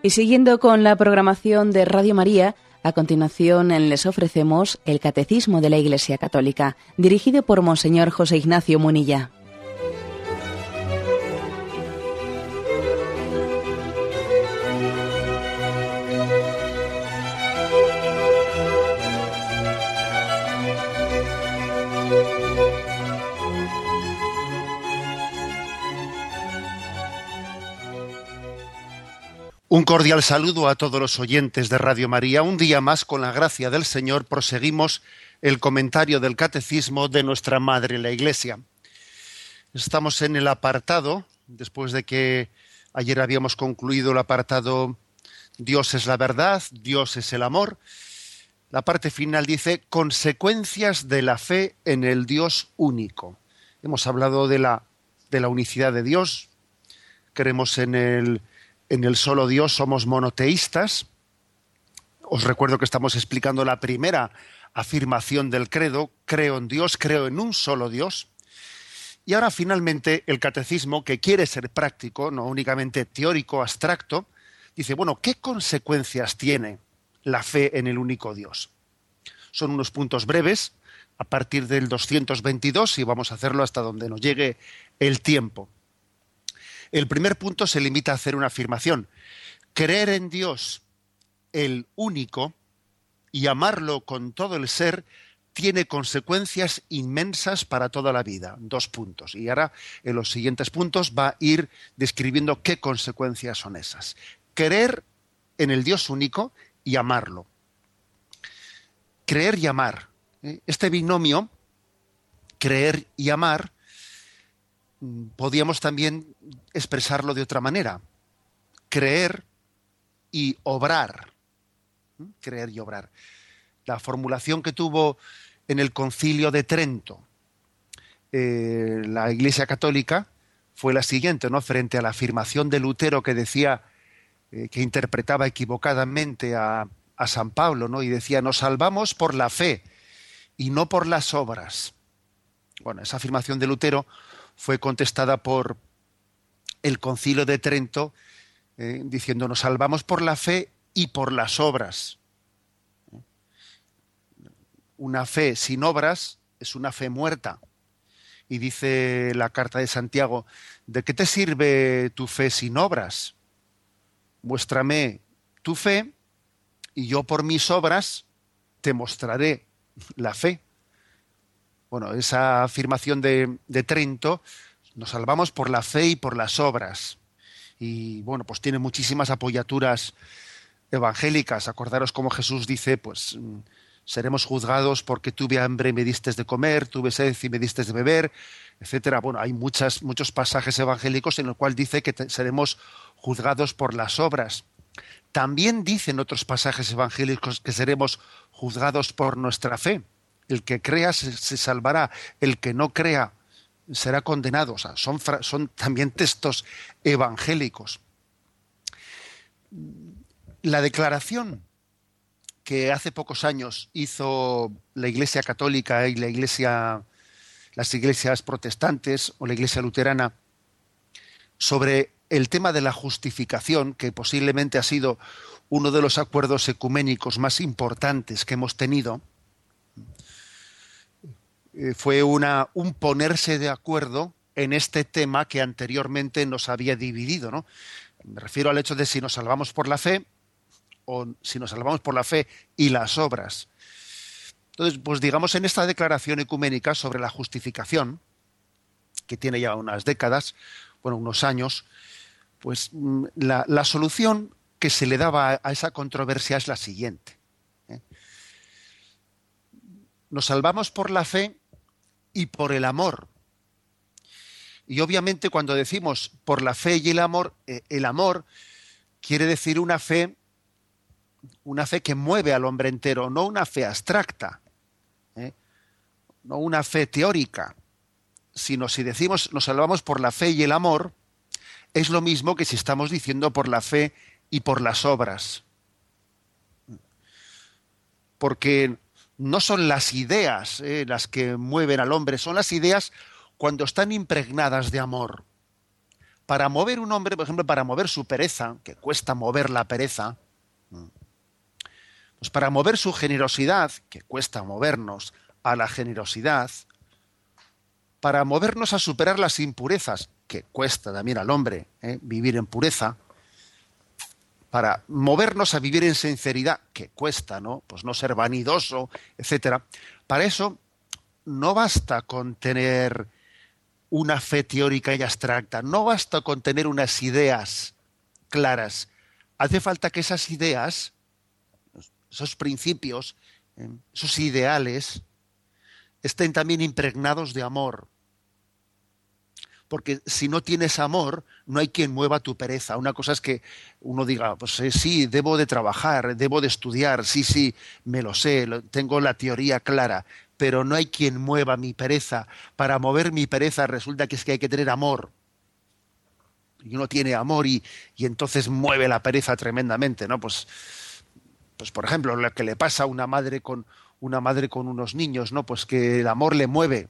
Y siguiendo con la programación de Radio María, a continuación les ofrecemos el Catecismo de la Iglesia Católica, dirigido por Monseñor José Ignacio Munilla. Un cordial saludo a todos los oyentes de Radio María. Un día más, con la gracia del Señor, proseguimos el comentario del Catecismo de nuestra Madre la Iglesia. Estamos en el apartado, después de que ayer habíamos concluido el apartado Dios es la verdad, Dios es el amor. La parte final dice consecuencias de la fe en el Dios único. Hemos hablado de la unicidad de Dios, creemos en el solo Dios, somos monoteístas. Os recuerdo que estamos explicando la primera afirmación del credo, creo en Dios, creo en un solo Dios. Y ahora finalmente el catecismo, que quiere ser práctico, no únicamente teórico, abstracto, dice, bueno, ¿qué consecuencias tiene la fe en el único Dios? Son unos puntos breves, a partir del 222, y vamos a hacerlo hasta donde nos llegue el tiempo. El primer punto se limita a hacer una afirmación. Creer en Dios, el único, y amarlo con todo el ser, tiene consecuencias inmensas para toda la vida. 2 puntos. Y ahora, en los siguientes puntos, va a ir describiendo qué consecuencias son esas. Creer en el Dios único y amarlo. Creer y amar. Este binomio, creer y amar, podíamos también expresarlo de otra manera. Creer y obrar. Creer y obrar. La formulación que tuvo en el Concilio de Trento la Iglesia Católica fue la siguiente, ¿no? Frente a la afirmación de Lutero que decía, que interpretaba equivocadamente a San Pablo, ¿no? Y decía, nos salvamos por la fe y no por las obras. Bueno, esa afirmación de Lutero fue contestada por el Concilio de Trento diciendo, nos salvamos por la fe y por las obras. Una fe sin obras es una fe muerta. Y dice la carta de Santiago, ¿de qué te sirve tu fe sin obras? Muéstrame tu fe y yo por mis obras te mostraré la fe. Bueno, esa afirmación de Trento, nos salvamos por la fe y por las obras. Y bueno, pues tiene muchísimas apoyaturas evangélicas. Acordaros cómo Jesús dice, pues seremos juzgados porque tuve hambre y me distes de comer, tuve sed y me distes de beber, etcétera. Bueno, hay muchos pasajes evangélicos en los cuales dice que seremos juzgados por las obras. También dicen otros pasajes evangélicos que seremos juzgados por nuestra fe. El que crea se salvará, el que no crea será condenado. O sea, son también textos evangélicos. La declaración que hace pocos años hizo la Iglesia Católica y las iglesias protestantes o la Iglesia luterana sobre el tema de la justificación, que posiblemente ha sido uno de los acuerdos ecuménicos más importantes que hemos tenido, fue un ponerse de acuerdo en este tema que anteriormente nos había dividido, ¿no? Me refiero al hecho de si nos salvamos por la fe o si nos salvamos por la fe y las obras. Entonces, pues digamos, en esta declaración ecuménica sobre la justificación, que tiene ya unas décadas, bueno, unos años, pues la solución que se le daba a esa controversia es la siguiente. Nos salvamos por la fe y por el amor. Y obviamente cuando decimos por la fe y el amor quiere decir una fe que mueve al hombre entero, no una fe abstracta, no una fe teórica, sino si decimos nos salvamos por la fe y el amor, es lo mismo que si estamos diciendo por la fe y por las obras. Porque no son las ideas las que mueven al hombre, son las ideas cuando están impregnadas de amor. para mover un hombre, por ejemplo, para mover su pereza, que cuesta mover la pereza, pues para mover su generosidad, que cuesta movernos a la generosidad, para movernos a superar las impurezas, que cuesta también al hombre vivir en pureza, para movernos a vivir en sinceridad, que cuesta, ¿no? Pues no ser vanidoso, etcétera. Para eso no basta con tener una fe teórica y abstracta, no basta con tener unas ideas claras. Hace falta que esas ideas, esos principios, esos ideales, estén también impregnados de amor. Porque si no tienes amor, no hay quien mueva tu pereza. Una cosa es que uno diga, pues sí, debo de trabajar, debo de estudiar, sí, me lo sé, tengo la teoría clara, pero no hay quien mueva mi pereza. Para mover mi pereza resulta que es que hay que tener amor. Y uno tiene amor y entonces mueve la pereza tremendamente, ¿no? Pues por ejemplo, lo que le pasa a una madre con unos niños, ¿no? Pues que el amor le mueve.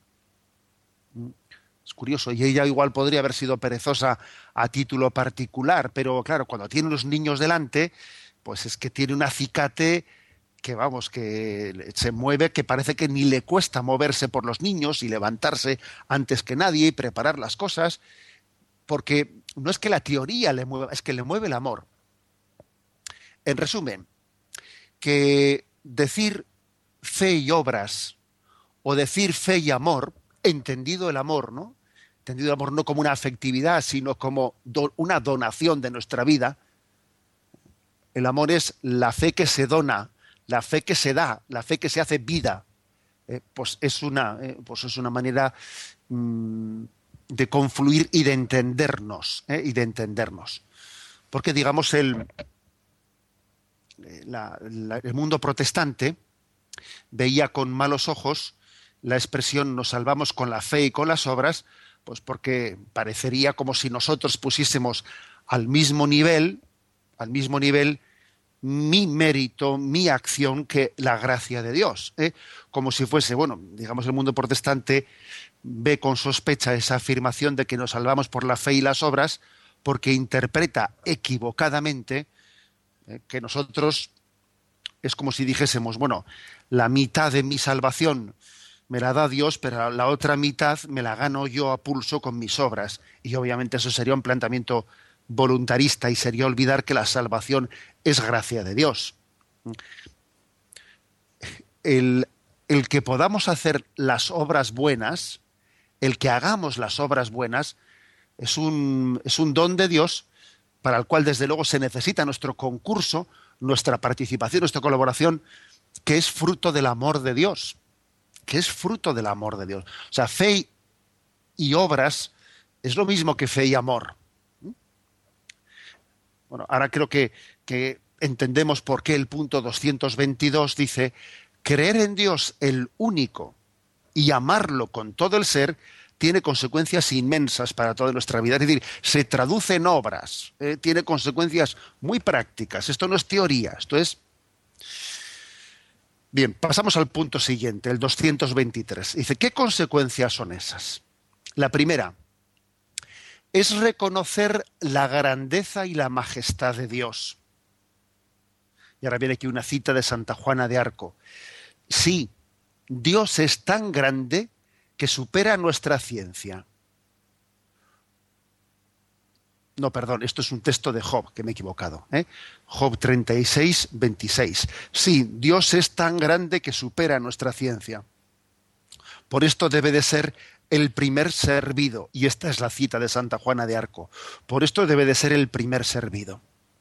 Es curioso, y ella igual podría haber sido perezosa a título particular, pero claro, cuando tiene los niños delante, pues es que tiene un acicate que vamos, que se mueve, que parece que ni le cuesta moverse por los niños y levantarse antes que nadie y preparar las cosas, porque no es que la teoría le mueva, es que le mueve el amor. En resumen, que decir fe y obras o decir fe y amor, entendido el amor, ¿no? Entendido el amor no como una afectividad, sino como una donación de nuestra vida. El amor es la fe que se dona, la fe que se da, la fe que se hace vida. Pues es una manera de confluir y de entendernos, Porque digamos el mundo protestante veía con malos ojos la expresión nos salvamos con la fe y con las obras, pues porque parecería como si nosotros pusiésemos al mismo nivel mi mérito, mi acción que la gracia de Dios, como si fuese, bueno, digamos el mundo protestante ve con sospecha esa afirmación de que nos salvamos por la fe y las obras porque interpreta equivocadamente que nosotros es como si dijésemos, bueno, la mitad de mi salvación me la da Dios, pero la otra mitad me la gano yo a pulso con mis obras. Y obviamente eso sería un planteamiento voluntarista y sería olvidar que la salvación es gracia de Dios. El que podamos hacer las obras buenas, el que hagamos las obras buenas, es un don de Dios para el cual desde luego se necesita nuestro concurso, nuestra participación, nuestra colaboración, que es fruto del amor de Dios. Que es fruto del amor de Dios. O sea, fe y obras es lo mismo que fe y amor. Bueno, ahora creo que entendemos por qué el punto 222 dice creer en Dios el único y amarlo con todo el ser tiene consecuencias inmensas para toda nuestra vida. Es decir, se traduce en obras, tiene consecuencias muy prácticas. Esto no es teoría, esto es... Bien, pasamos al punto siguiente, el 223. Dice, ¿qué consecuencias son esas? La primera es reconocer la grandeza y la majestad de Dios. Y ahora viene aquí una cita de Santa Juana de Arco. Sí, Dios es tan grande que supera nuestra ciencia. No, perdón, esto es un texto de Job, que me he equivocado. Job 36, 26. Sí, Dios es tan grande que supera nuestra ciencia. Por esto debe de ser el primer servido. Y esta es la cita de Santa Juana de Arco. Por esto debe de ser el primer servido.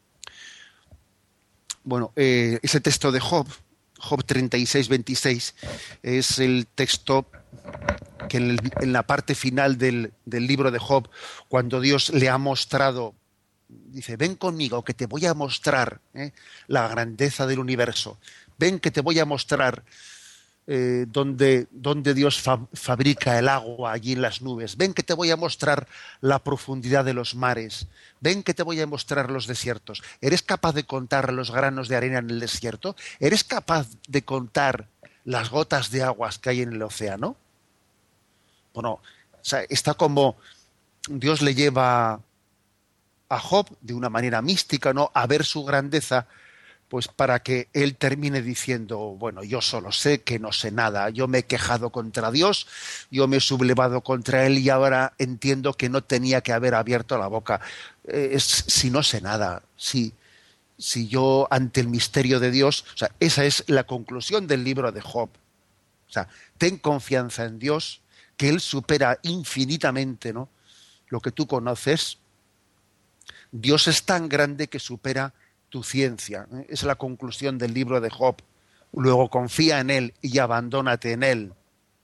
Bueno, ese texto de Job, Job 36, 26, es el texto que en la parte final del libro de Job, cuando Dios le ha mostrado, dice, ven conmigo que te voy a mostrar la grandeza del universo, ven que te voy a mostrar donde Dios fabrica el agua allí en las nubes, ven que te voy a mostrar la profundidad de los mares, ven que te voy a mostrar los desiertos. ¿Eres capaz de contar los granos de arena en el desierto? ¿Eres capaz de contar las gotas de aguas que hay en el océano? Bueno, o sea, está como Dios le lleva a Job de una manera mística, ¿no?, a ver su grandeza, pues para que él termine diciendo, bueno, yo solo sé que no sé nada, yo me he quejado contra Dios, yo me he sublevado contra él y ahora entiendo que no tenía que haber abierto la boca. Si no sé nada, si yo ante el misterio de Dios, o sea, esa es la conclusión del libro de Job. O sea, ten confianza en Dios, que Él supera infinitamente, ¿no?, lo que tú conoces. Dios es tan grande que supera tu ciencia. Es la conclusión del libro de Job. Luego confía en Él y abandónate en Él.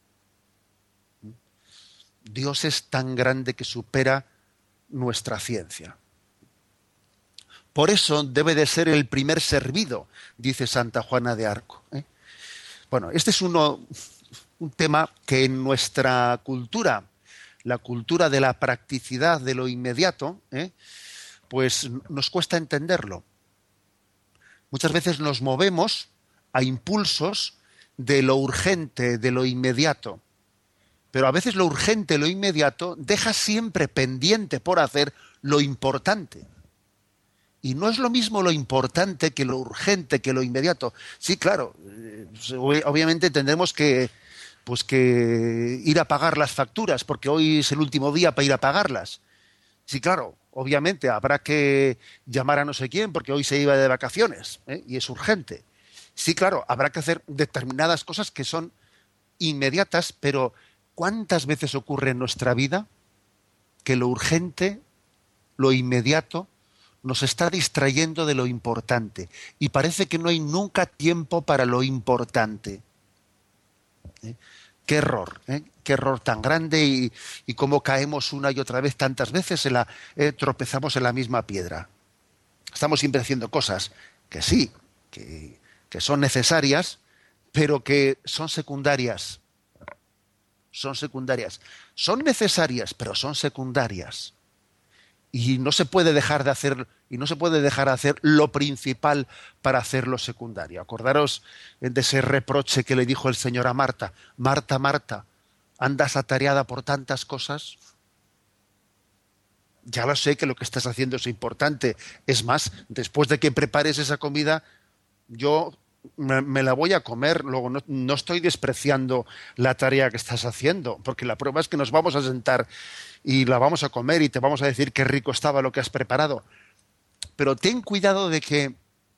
Dios es tan grande que supera nuestra ciencia. Por eso debe de ser el primer servido, dice Santa Juana de Arco. Bueno, este es un tema que en nuestra cultura, la cultura de la practicidad, de lo inmediato, pues nos cuesta entenderlo. Muchas veces nos movemos a impulsos de lo urgente, de lo inmediato. Pero a veces lo urgente, lo inmediato, deja siempre pendiente por hacer lo importante. Y no es lo mismo lo importante que lo urgente, que lo inmediato. Sí, claro, obviamente tendremos que ir a pagar las facturas, porque hoy es el último día para ir a pagarlas. Sí, claro, obviamente habrá que llamar a no sé quién, porque hoy se iba de vacaciones, y es urgente. Sí, claro, habrá que hacer determinadas cosas que son inmediatas, pero ¿cuántas veces ocurre en nuestra vida que lo urgente, lo inmediato, nos está distrayendo de lo importante? Y parece que no hay nunca tiempo para lo importante. Qué error, qué error tan grande, y cómo caemos una y otra vez tantas veces, tropezamos en la misma piedra. Estamos siempre haciendo cosas que sí, que son necesarias, pero que son secundarias. Son secundarias. Son necesarias, pero son secundarias. Y no se puede dejar de hacer lo principal para hacerlo secundario. Acordaros de ese reproche que le dijo el Señor a Marta. Marta, Marta, ¿andas atareada por tantas cosas? Ya lo sé que lo que estás haciendo es importante. Es más, después de que prepares esa comida, yo me la voy a comer. Luego no estoy despreciando la tarea que estás haciendo, porque la prueba es que nos vamos a sentar y la vamos a comer y te vamos a decir qué rico estaba lo que has preparado. Pero ten cuidado de que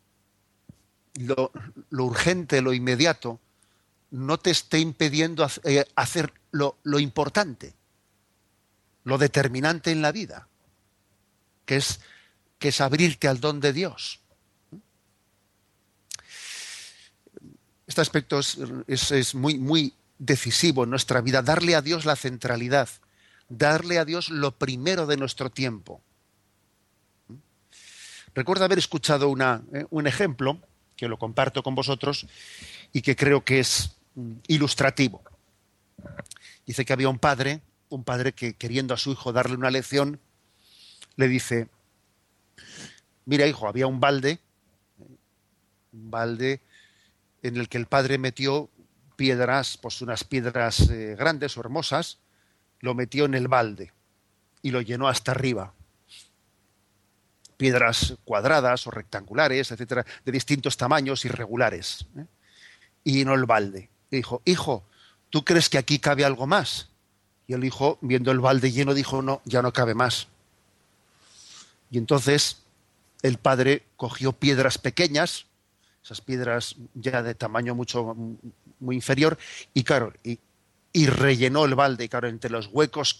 lo urgente, lo inmediato, no te esté impidiendo hacer lo importante, lo determinante en la vida, que es abrirte al don de Dios. Este aspecto es muy, muy decisivo en nuestra vida, darle a Dios la centralidad, darle a Dios lo primero de nuestro tiempo. Recuerdo haber escuchado un ejemplo, que lo comparto con vosotros, y que creo que es ilustrativo. Dice que había un padre que, queriendo a su hijo darle una lección, le dice: mira, hijo, había un balde en el que el padre metió piedras, pues unas piedras grandes o hermosas, lo metió en el balde y lo llenó hasta arriba. Piedras cuadradas o rectangulares, etcétera, de distintos tamaños, irregulares. Y llenó el balde. Y dijo: hijo, ¿tú crees que aquí cabe algo más? Y el hijo, viendo el balde lleno, dijo: no, ya no cabe más. Y entonces el padre cogió piedras pequeñas, esas piedras ya de tamaño muy inferior, y claro, y rellenó el balde. Y claro, entre los huecos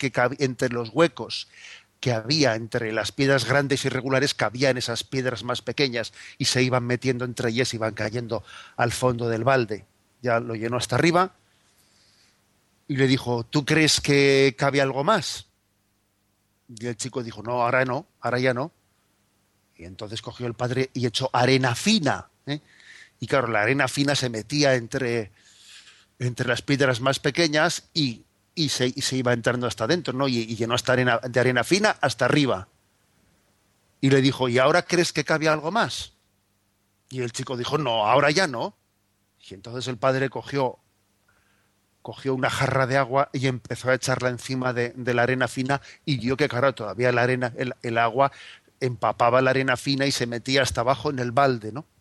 que había entre las piedras grandes y irregulares, cabían esas piedras más pequeñas y se iban metiendo entre ellas y iban cayendo al fondo del balde. Ya lo llenó hasta arriba y le dijo: ¿tú crees que cabe algo más? Y el chico dijo: no, ahora ya no. Y entonces cogió el padre y echó arena fina. Y claro, la arena fina se metía entre las piedras más pequeñas y se iba entrando hasta adentro, ¿no? Y llenó de arena fina hasta arriba. Y le dijo: ¿y ahora crees que cabe algo más? Y el chico dijo: no, ahora ya no. Y entonces el padre cogió cogió una jarra de agua y empezó a echarla encima de la arena fina y vio que, claro, todavía la arena, el agua empapaba la arena fina y se metía hasta abajo en el balde, ¿no?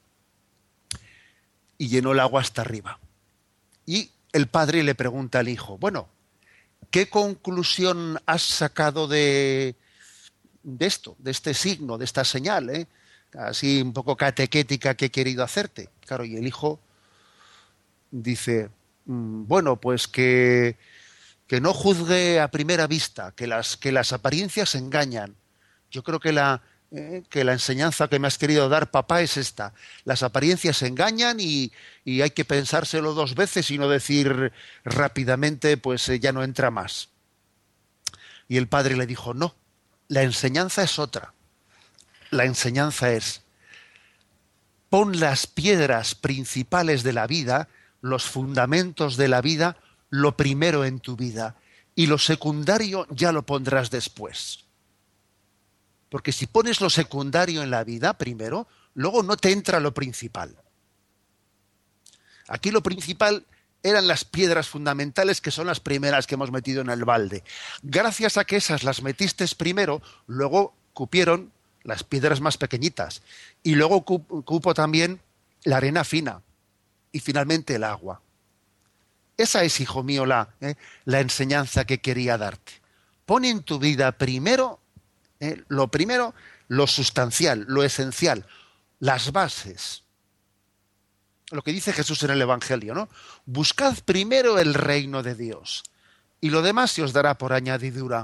Y llenó el agua hasta arriba. Y el padre le pregunta al hijo, bueno, ¿qué conclusión has sacado de esto, de este signo, de esta señal, así un poco catequética que he querido hacerte? Claro, y el hijo dice, bueno, pues que no juzgue a primera vista, que las apariencias engañan. Yo creo que la enseñanza que me has querido dar, papá, es esta. Las apariencias engañan y hay que pensárselo 2 veces y no decir rápidamente, pues ya no entra más. Y el padre le dijo, no, la enseñanza es otra. La enseñanza es, pon las piedras principales de la vida, los fundamentos de la vida, lo primero en tu vida, y lo secundario ya lo pondrás después. Porque si pones lo secundario en la vida primero, luego no te entra lo principal. Aquí lo principal eran las piedras fundamentales, que son las primeras que hemos metido en el balde. Gracias a que esas las metiste primero, luego cupieron las piedras más pequeñitas. Y luego cupo también la arena fina. Y finalmente el agua. Esa es, hijo mío, la enseñanza que quería darte. Pon en tu vida primero, lo primero, lo sustancial, lo esencial, las bases. Lo que dice Jesús en el Evangelio, ¿no? Buscad primero el reino de Dios y lo demás se os dará por añadidura.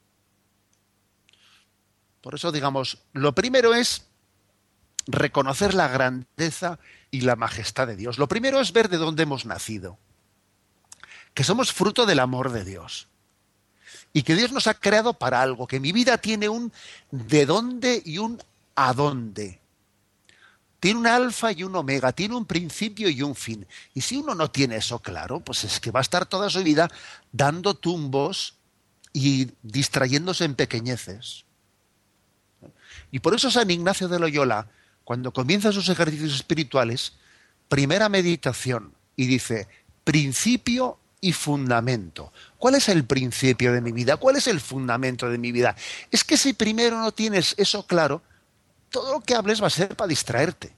Por eso, digamos, lo primero es reconocer la grandeza y la majestad de Dios. Lo primero es ver de dónde hemos nacido, que somos fruto del amor de Dios y que Dios nos ha creado para algo, que mi vida tiene un de dónde y un a dónde. Tiene un alfa y un omega, tiene un principio y un fin. Y si uno no tiene eso claro, pues es que va a estar toda su vida dando tumbos y distrayéndose en pequeñeces. Y por eso San Ignacio de Loyola, cuando comienza sus ejercicios espirituales, primera meditación, y dice, principio y fundamento. ¿Cuál es el principio de mi vida? ¿Cuál es el fundamento de mi vida? Es que si primero no tienes eso claro, todo lo que hables va a ser para distraerte.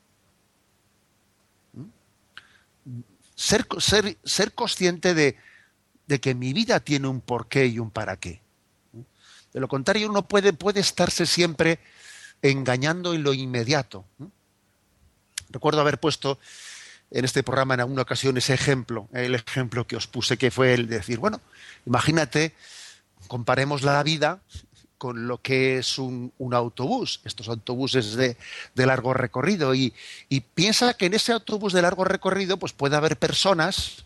Ser consciente de que mi vida tiene un porqué y un para qué. De lo contrario, uno puede estarse siempre engañando en lo inmediato. Recuerdo haber puesto en este programa en alguna ocasión ese ejemplo, el ejemplo que os puse, que fue el de decir, bueno, imagínate, comparemos la vida con lo que es un autobús, estos autobuses de largo recorrido, y piensa que en ese autobús de largo recorrido pues puede haber personas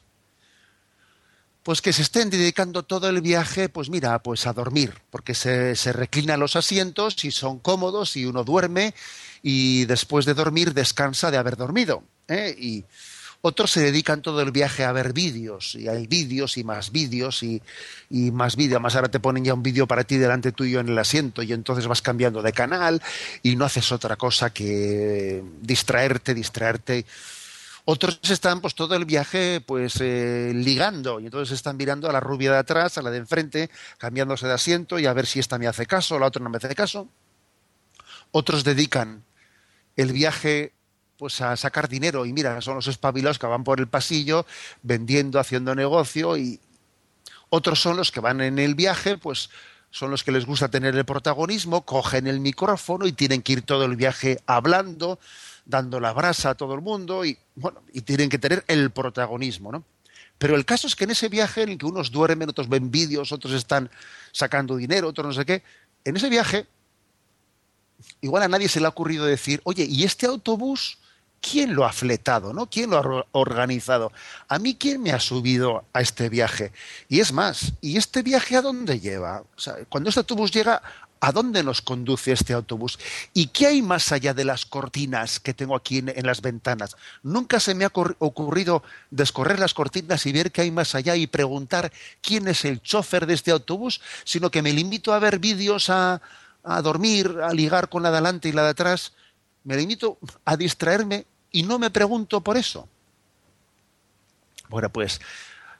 pues que se estén dedicando todo el viaje, pues mira, pues a dormir, porque se reclinan los asientos y son cómodos y uno duerme y después de dormir descansa de haber dormido, y otros se dedican todo el viaje a ver vídeos, y hay vídeos y más vídeos y más vídeos. Más ahora te ponen ya un vídeo para ti delante tuyo en el asiento y entonces vas cambiando de canal y no haces otra cosa que distraerte. Otros están pues todo el viaje pues ligando y entonces están mirando a la rubia de atrás, a la de enfrente, cambiándose de asiento y a ver si esta me hace caso, la otra no me hace caso. Otros dedican el viaje pues a sacar dinero y mira, son los espabilados que van por el pasillo vendiendo, haciendo negocio, y otros son los que van en el viaje, pues son los que les gusta tener el protagonismo, cogen el micrófono y tienen que ir todo el viaje hablando, dando la brasa a todo el mundo y bueno, y tienen que tener el protagonismo, ¿no? Pero el caso es que en ese viaje en el que unos duermen, otros ven vídeos, otros están sacando dinero, otros no sé qué, en ese viaje igual a nadie se le ha ocurrido decir, oye, ¿y este autobús quién lo ha fletado, ¿no? ¿Quién lo ha organizado? ¿A mí quién me ha subido a este viaje? Y es más, ¿y este viaje a dónde lleva? O sea, cuando este autobús llega, ¿a dónde nos conduce este autobús? ¿Y qué hay más allá de las cortinas que tengo aquí en las ventanas? Nunca se me ha ocurrido descorrer las cortinas y ver qué hay más allá y preguntar quién es el chofer de este autobús, sino que me limito a ver vídeos, a dormir, a ligar con la de adelante y la de atrás. Me limito a distraerme y no me pregunto por eso. Bueno, pues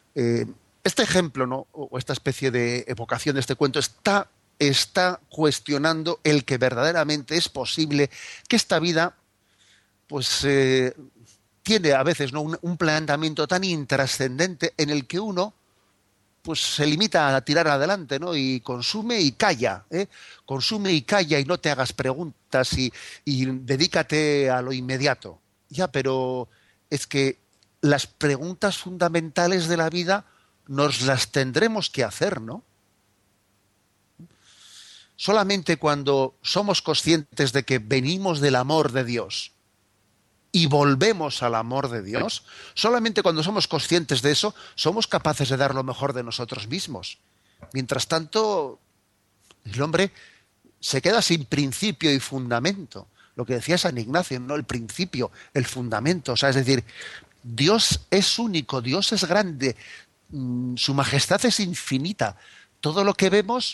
Este ejemplo, ¿no? O esta especie de evocación de este cuento está cuestionando el que verdaderamente es posible que esta vida pues tiene a veces, ¿no? un planteamiento tan intrascendente en el que uno pues se limita a tirar adelante, ¿no? Y consume y calla, ¿eh? Consume y calla y no te hagas preguntas y dedícate a lo inmediato. Ya, pero es que las preguntas fundamentales de la vida nos las tendremos que hacer, ¿no? Solamente cuando somos conscientes de que venimos del amor de Dios y volvemos al amor de Dios, solamente cuando somos conscientes de eso, somos capaces de dar lo mejor de nosotros mismos. Mientras tanto, el hombre se queda sin principio y fundamento. Lo que decía San Ignacio, ¿no? El principio, el fundamento. O sea, es decir, Dios es único, Dios es grande, su majestad es infinita. Todo lo que vemos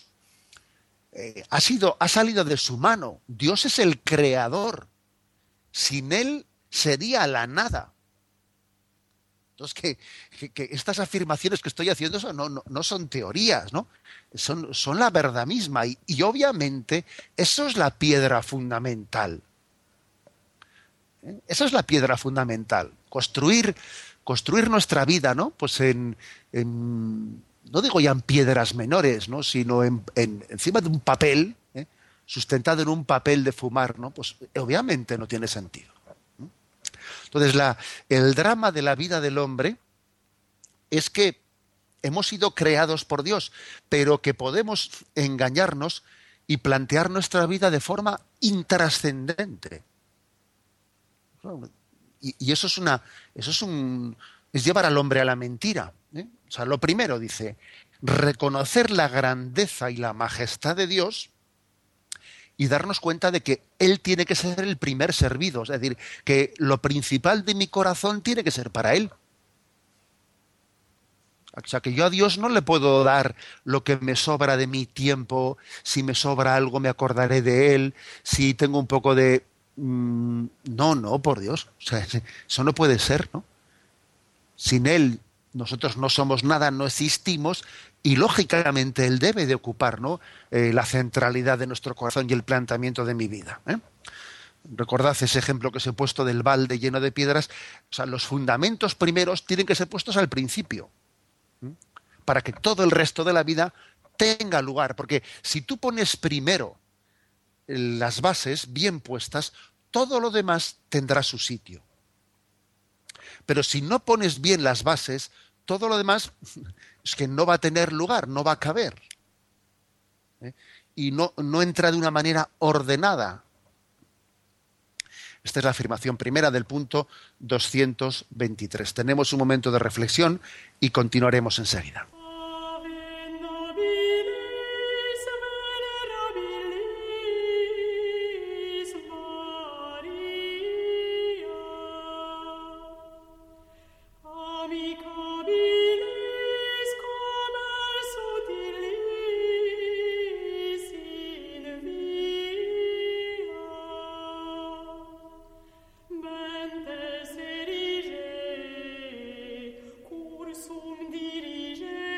ha salido de su mano. Dios es el creador. Sin él sería la nada. Entonces, que estas afirmaciones que estoy haciendo no son teorías, ¿no? Son la verdad misma. Y obviamente eso es la piedra fundamental. Esa es la piedra fundamental. Construir nuestra vida, ¿no? Pues no digo ya en piedras menores, ¿no? Sino encima de un papel, sustentado en un papel de fumar, ¿no? Pues obviamente no tiene sentido. Entonces, el drama de la vida del hombre es que hemos sido creados por Dios, pero que podemos engañarnos y plantear nuestra vida de forma intrascendente. Y eso es llevar al hombre a la mentira, ¿eh? O sea, lo primero dice, reconocer la grandeza y la majestad de Dios y darnos cuenta de que Él tiene que ser el primer servido, es decir, que lo principal de mi corazón tiene que ser para Él. O sea, que yo a Dios no le puedo dar lo que me sobra de mi tiempo, si me sobra algo me acordaré de Él, si tengo un poco de... No, por Dios, o sea, eso no puede ser, ¿no? Sin Él nosotros no somos nada, no existimos, y lógicamente Él debe de ocupar, ¿no? La centralidad de nuestro corazón y el planteamiento de mi vida, ¿eh? Recordad ese ejemplo que os he puesto del balde lleno de piedras. O sea, los fundamentos primeros tienen que ser puestos al principio, para que todo el resto de la vida tenga lugar. Porque si tú pones primero las bases bien puestas, todo lo demás tendrá su sitio. Pero si no pones bien las bases, todo lo demás es que no va a tener lugar, no va a caber. Y no entra de una manera ordenada. Esta es la afirmación primera del punto 223. Tenemos un momento de reflexión y continuaremos enseguida. Sum dirige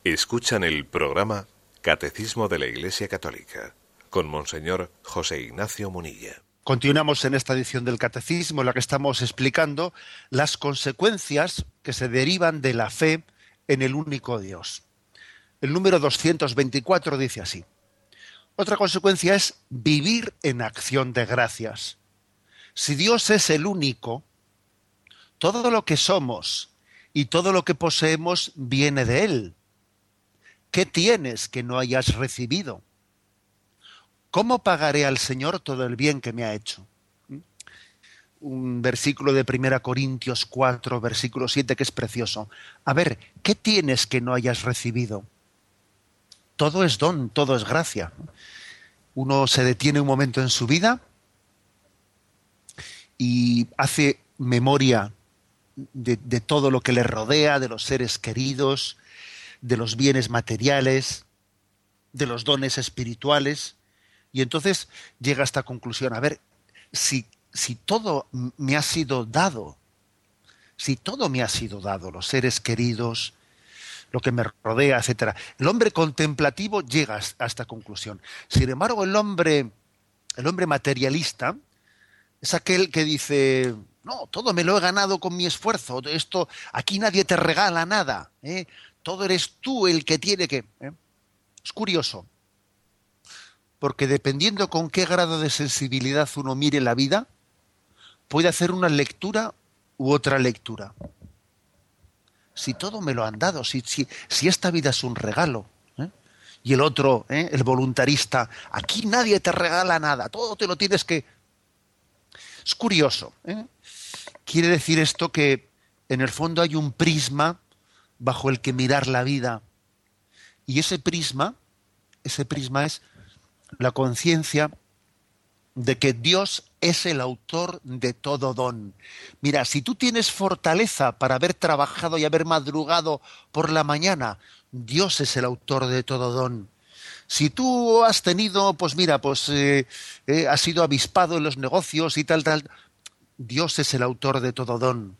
Escuchan el programa Catecismo de la Iglesia Católica con Monseñor José Ignacio Munilla. Continuamos en esta edición del Catecismo en la que estamos explicando las consecuencias que se derivan de la fe en el único Dios. El número 224 dice así: otra consecuencia es vivir en acción de gracias. Si Dios es el único, todo lo que somos y todo lo que poseemos viene de Él. ¿Qué tienes que no hayas recibido? ¿Cómo pagaré al Señor todo el bien que me ha hecho? Un versículo de 1 Corintios 4, versículo 7, que es precioso. A ver, ¿qué tienes que no hayas recibido? Todo es don, todo es gracia. Uno se detiene un momento en su vida y hace memoria de todo lo que le rodea, de los seres queridos, de los bienes materiales, de los dones espirituales, y entonces llega a esta conclusión: a ver, si todo me ha sido dado, los seres queridos, lo que me rodea, etcétera. El hombre contemplativo llega a esta conclusión. Sin embargo, el hombre materialista es aquel que dice: no, todo me lo he ganado con mi esfuerzo, esto, aquí nadie te regala nada, todo eres tú el que tiene que... Es curioso, porque dependiendo con qué grado de sensibilidad uno mire la vida, puede hacer una lectura u otra lectura. Si todo me lo han dado, si esta vida es un regalo, y el otro, el voluntarista, aquí nadie te regala nada, todo te lo tienes que... Es curioso. Quiere decir esto que en el fondo hay un prisma bajo el que mirar la vida. Y ese prisma es la conciencia de que Dios es el autor de todo don. Mira, si tú tienes fortaleza para haber trabajado y haber madrugado por la mañana, Dios es el autor de todo don. Si tú has tenido, has sido avispado en los negocios y tal, Dios es el autor de todo don.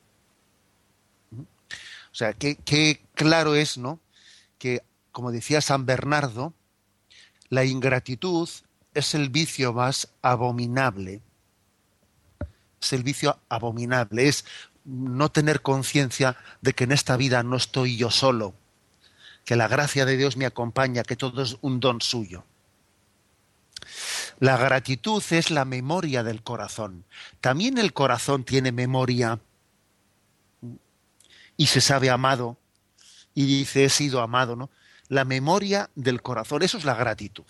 O sea, qué claro es, ¿no?, que, como decía San Bernardo, la ingratitud es el vicio más abominable. Es el vicio abominable, es no tener conciencia de que en esta vida no estoy yo solo, que la gracia de Dios me acompaña, que todo es un don suyo. La gratitud es la memoria del corazón. También el corazón tiene memoria y se sabe amado y dice: he sido amado, ¿no? La memoria del corazón, eso es la gratitud.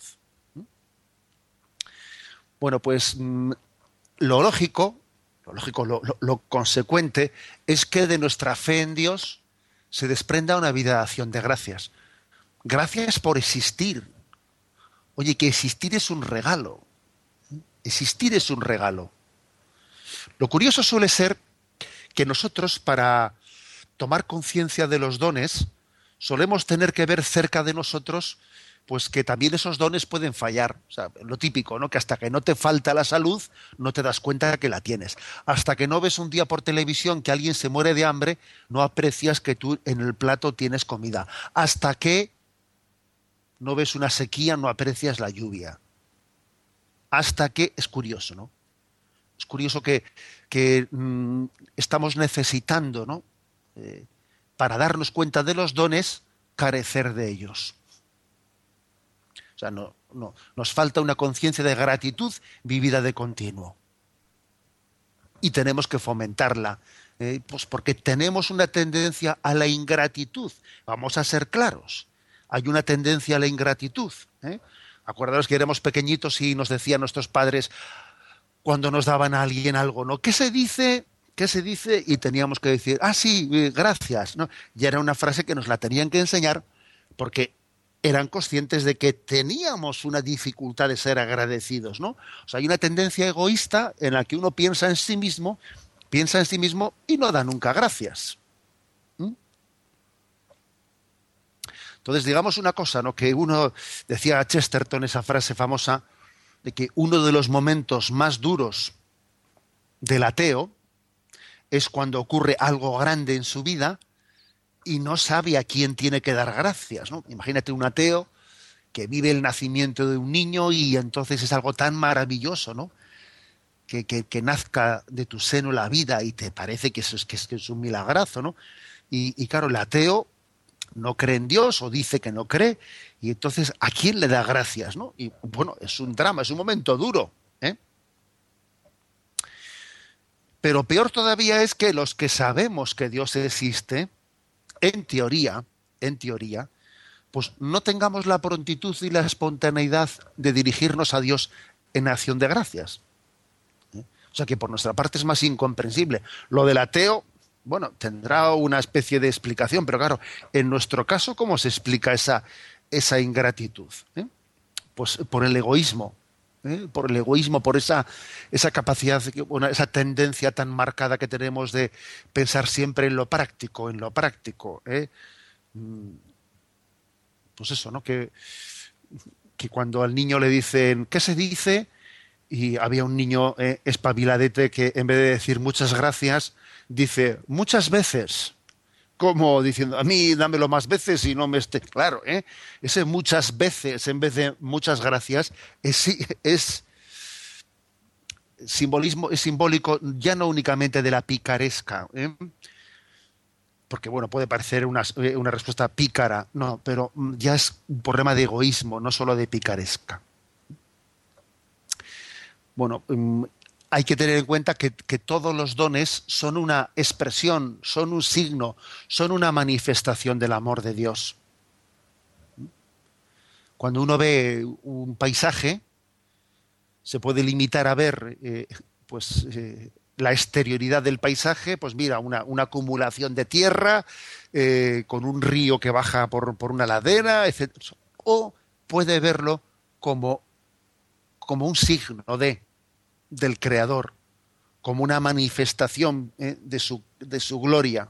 Bueno, pues lo lógico, lo consecuente es que de nuestra fe en Dios se desprenda una vida de acción de gracias. Gracias por existir. Oye, que existir es un regalo. Existir es un regalo. Lo curioso suele ser que nosotros, para tomar conciencia de los dones, solemos tener que ver cerca de nosotros pues que también esos dones pueden fallar. O sea, lo típico, ¿no?, que hasta que no te falta la salud no te das cuenta que la tienes. Hasta que no ves un día por televisión que alguien se muere de hambre, no aprecias que tú en el plato tienes comida. Hasta que no ves una sequía, no aprecias la lluvia. Hasta que... Es curioso, ¿no? Es curioso que estamos necesitando, ¿no?, para darnos cuenta de los dones, carecer de ellos. O sea, nos falta una conciencia de gratitud vivida de continuo. Y tenemos que fomentarla, pues porque tenemos una tendencia a la ingratitud. Vamos a ser claros. Hay una tendencia a la ingratitud. Acordaros que éramos pequeñitos y nos decían nuestros padres cuando nos daban a alguien algo, ¿no? ¿Qué se dice? Y teníamos que decir: ah, sí, gracias, ¿no? Y era una frase que nos la tenían que enseñar porque eran conscientes de que teníamos una dificultad de ser agradecidos, ¿no? O sea, hay una tendencia egoísta en la que uno piensa en sí mismo y no da nunca gracias. Entonces, digamos una cosa, ¿no?, que uno decía Chesterton, esa frase famosa, de que uno de los momentos más duros del ateo es cuando ocurre algo grande en su vida y no sabe a quién tiene que dar gracias, ¿no? Imagínate un ateo que vive el nacimiento de un niño y entonces es algo tan maravilloso, ¿no? Que nazca de tu seno la vida y te parece que eso que es un milagrazo, ¿no? Y claro, el ateo no cree en Dios o dice que no cree, y entonces ¿a quién le da gracias, no? Y bueno, es un drama, es un momento duro, ¿eh? Pero peor todavía es que los que sabemos que Dios existe, en teoría, pues no tengamos la prontitud y la espontaneidad de dirigirnos a Dios en acción de gracias. O sea que por nuestra parte es más incomprensible. Lo del ateo, bueno, tendrá una especie de explicación, pero claro, en nuestro caso, ¿cómo se explica esa ingratitud? Pues por el egoísmo. Por el egoísmo, por esa capacidad, bueno, esa tendencia tan marcada que tenemos de pensar siempre en lo práctico, Pues eso, ¿no? Que cuando al niño le dicen, ¿qué se dice? Y había un niño espabiladete que en vez de decir muchas gracias, dice muchas veces, como diciendo, a mí dámelo más veces y no me esté... Claro, ese muchas veces en vez de muchas gracias es simbolismo, es simbólico ya no únicamente de la picaresca, porque bueno, puede parecer una respuesta pícara, no, pero ya es un problema de egoísmo, no solo de picaresca. Bueno, hay que tener en cuenta que todos los dones son una expresión, son un signo, son una manifestación del amor de Dios. Cuando uno ve un paisaje, se puede limitar a ver la exterioridad del paisaje, pues mira, una acumulación de tierra, con un río que baja por una ladera, etc. O puede verlo como un signo del Creador, como una manifestación de su gloria.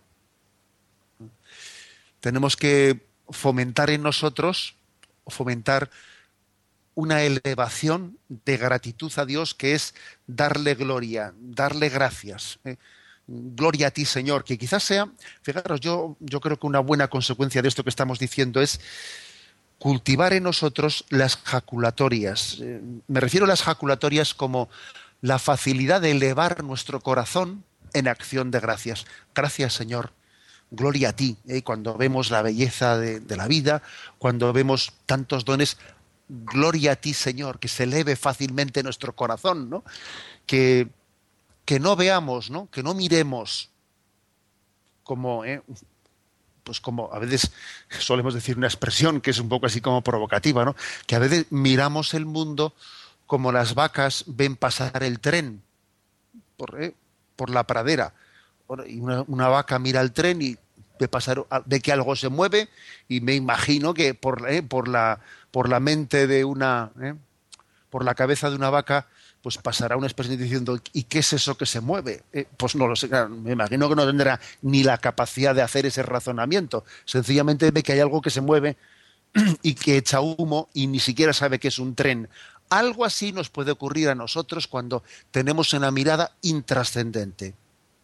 Tenemos que fomentar en nosotros, fomentar una elevación de gratitud a Dios, que es darle gloria, darle gracias. Gloria a ti, Señor, que quizás sea, fijaros, yo creo que una buena consecuencia de esto que estamos diciendo es cultivar en nosotros las jaculatorias. Me refiero a las jaculatorias como la facilidad de elevar nuestro corazón en acción de gracias. Gracias, Señor. Gloria a ti. Cuando vemos la belleza de la vida, cuando vemos tantos dones, gloria a ti, Señor, que se eleve fácilmente nuestro corazón, ¿no? Que no veamos, ¿no? Que no miremos como... pues como a veces solemos decir una expresión que es un poco así como provocativa, ¿no? Que a veces miramos el mundo como las vacas ven pasar el tren por la pradera. Y una vaca mira el tren y ve que algo se mueve, y me imagino que por la mente de por la cabeza de una vaca, pues pasará una expresión diciendo, ¿y qué es eso que se mueve? Pues no lo sé, claro, me imagino que no tendrá ni la capacidad de hacer ese razonamiento. Sencillamente ve que hay algo que se mueve y que echa humo y ni siquiera sabe que es un tren. Algo así nos puede ocurrir a nosotros cuando tenemos una mirada intrascendente.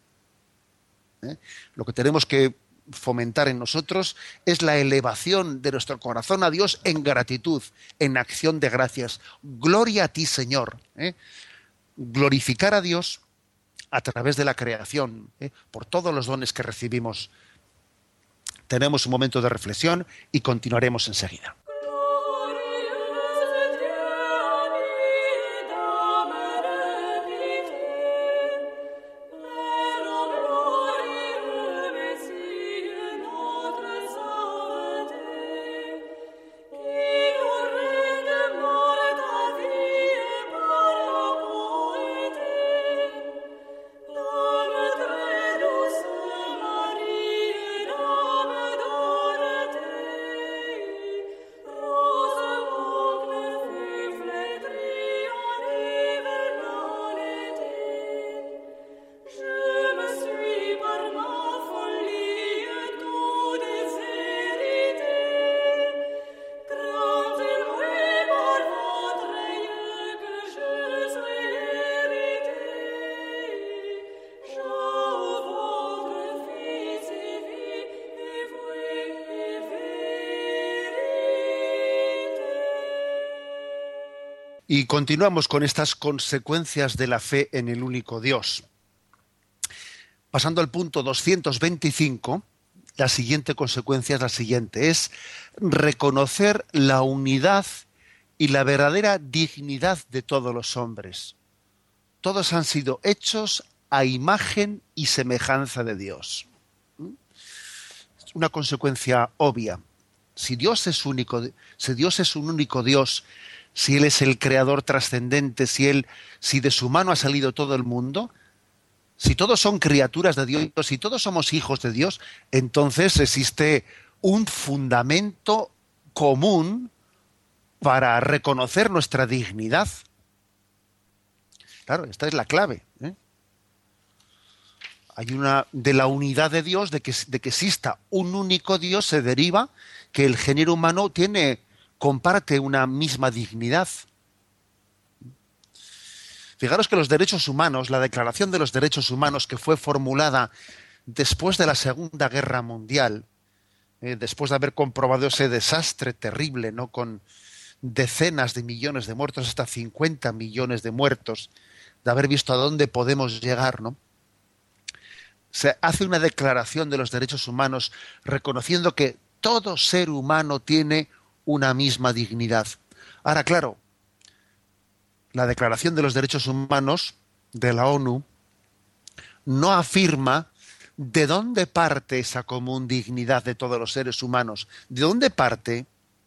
Lo que tenemos que fomentar en nosotros es la elevación de nuestro corazón a Dios en gratitud, en acción de gracias. Gloria a ti, Señor. Glorificar a Dios a través de la creación, por todos los dones que recibimos. Tenemos un momento de reflexión y continuaremos enseguida. Y continuamos con estas consecuencias de la fe en el único Dios. Pasando al punto 225, la siguiente consecuencia es la siguiente, es reconocer la unidad y la verdadera dignidad de todos los hombres. Todos han sido hechos a imagen y semejanza de Dios. Es una consecuencia obvia. Si Dios es único, si Dios es un único Dios, si Él es el creador trascendente, si de su mano ha salido todo el mundo, si todos son criaturas de Dios, si todos somos hijos de Dios, entonces existe un fundamento común para reconocer nuestra dignidad. Claro, esta es la clave, ¿eh? De la unidad de Dios, de que exista un único Dios, se deriva que el género humano comparte una misma dignidad. Fijaros que los derechos humanos, la Declaración de los Derechos Humanos, que fue formulada después de la Segunda Guerra Mundial, después de haber comprobado ese desastre terrible, ¿no?, con decenas de millones de muertos, hasta 50 millones de muertos, de haber visto a dónde podemos llegar, ¿no? Se hace una declaración de los derechos humanos reconociendo que todo ser humano tiene una misma dignidad. Ahora, claro, la Declaración de los Derechos Humanos de la ONU no afirma de dónde parte esa común dignidad de todos los seres humanos. ¿De dónde parte?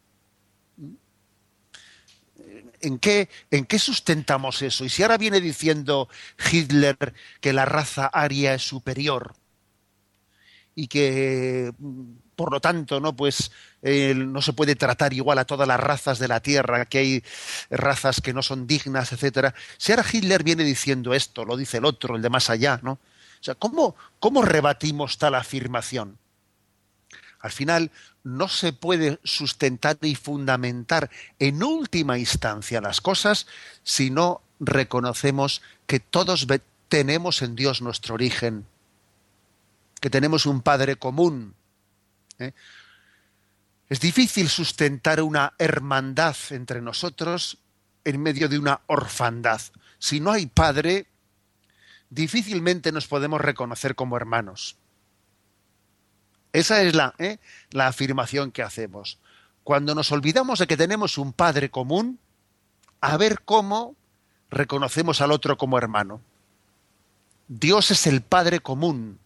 ¿En qué sustentamos eso? Y si ahora viene diciendo Hitler que la raza aria es superior y que, por lo tanto, no se puede tratar igual a todas las razas de la Tierra, que hay razas que no son dignas, etcétera. Si ahora Hitler viene diciendo esto, lo dice el otro, el de más allá, ¿no? O sea, ¿cómo rebatimos tal afirmación? Al final, no se puede sustentar y fundamentar en última instancia las cosas si no reconocemos que todos tenemos en Dios nuestro origen, que tenemos un Padre común, ¿eh? Es difícil sustentar una hermandad entre nosotros en medio de una orfandad. Si no hay Padre, difícilmente nos podemos reconocer como hermanos. Esa es la afirmación que hacemos. Cuando nos olvidamos de que tenemos un Padre común, a ver cómo reconocemos al otro como hermano. Dios es el Padre común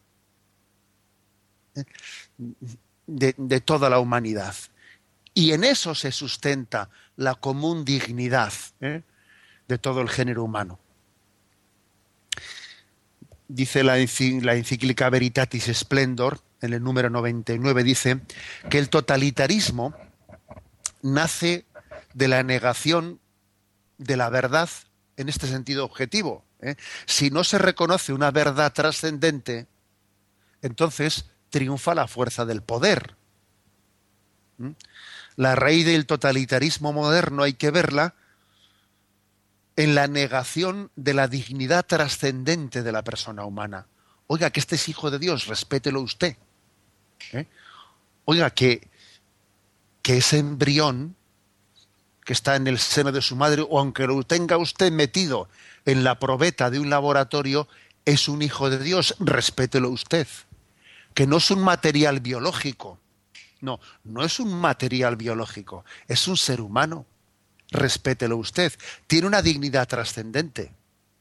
de toda la humanidad. Y en eso se sustenta la común dignidad de todo el género humano. Dice la encíclica Veritatis Splendor, en el número 99, dice que el totalitarismo nace de la negación de la verdad en este sentido objetivo. Si no se reconoce una verdad trascendente, entonces triunfa la fuerza del poder. La raíz del totalitarismo moderno hay que verla en la negación de la dignidad trascendente de la persona humana. Oiga, que este es hijo de Dios, respételo usted. Oiga, que ese embrión que está en el seno de su madre, o aunque lo tenga usted metido en la probeta de un laboratorio, es un hijo de Dios, respételo usted. Que no es un material biológico. No es un material biológico, es un ser humano. Respételo usted. Tiene una dignidad trascendente.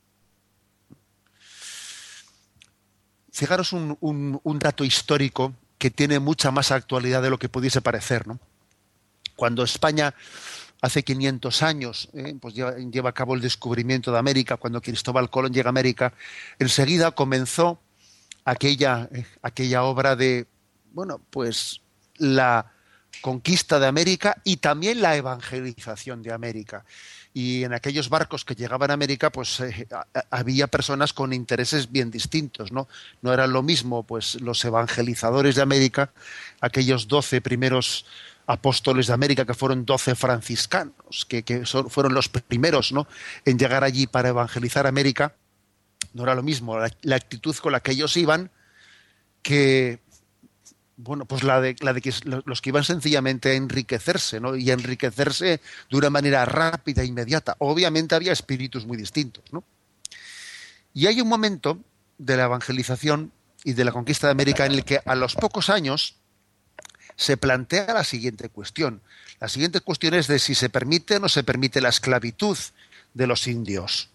Fijaros un dato histórico que tiene mucha más actualidad de lo que pudiese parecer, ¿no? Cuando España hace 500 años pues lleva a cabo el descubrimiento de América, cuando Cristóbal Colón llega a América, enseguida comenzó aquella obra de, pues la conquista de América y también la evangelización de América. Y en aquellos barcos que llegaban a América, pues había personas con intereses bien distintos, ¿no? No eran lo mismo, pues, los evangelizadores de América, aquellos 12 primeros apóstoles de América, que fueron 12 franciscanos, fueron los primeros, ¿no?, en llegar allí para evangelizar América. No era lo mismo la actitud con la que ellos iban que Bueno, pues la de que los que iban sencillamente a enriquecerse, ¿no? Y a enriquecerse de una manera rápida e inmediata. Obviamente había espíritus muy distintos, ¿no? Y hay un momento de la evangelización y de la conquista de América en el que a los pocos años se plantea la siguiente cuestión. La siguiente cuestión es de si se permite o no se permite la esclavitud de los indios.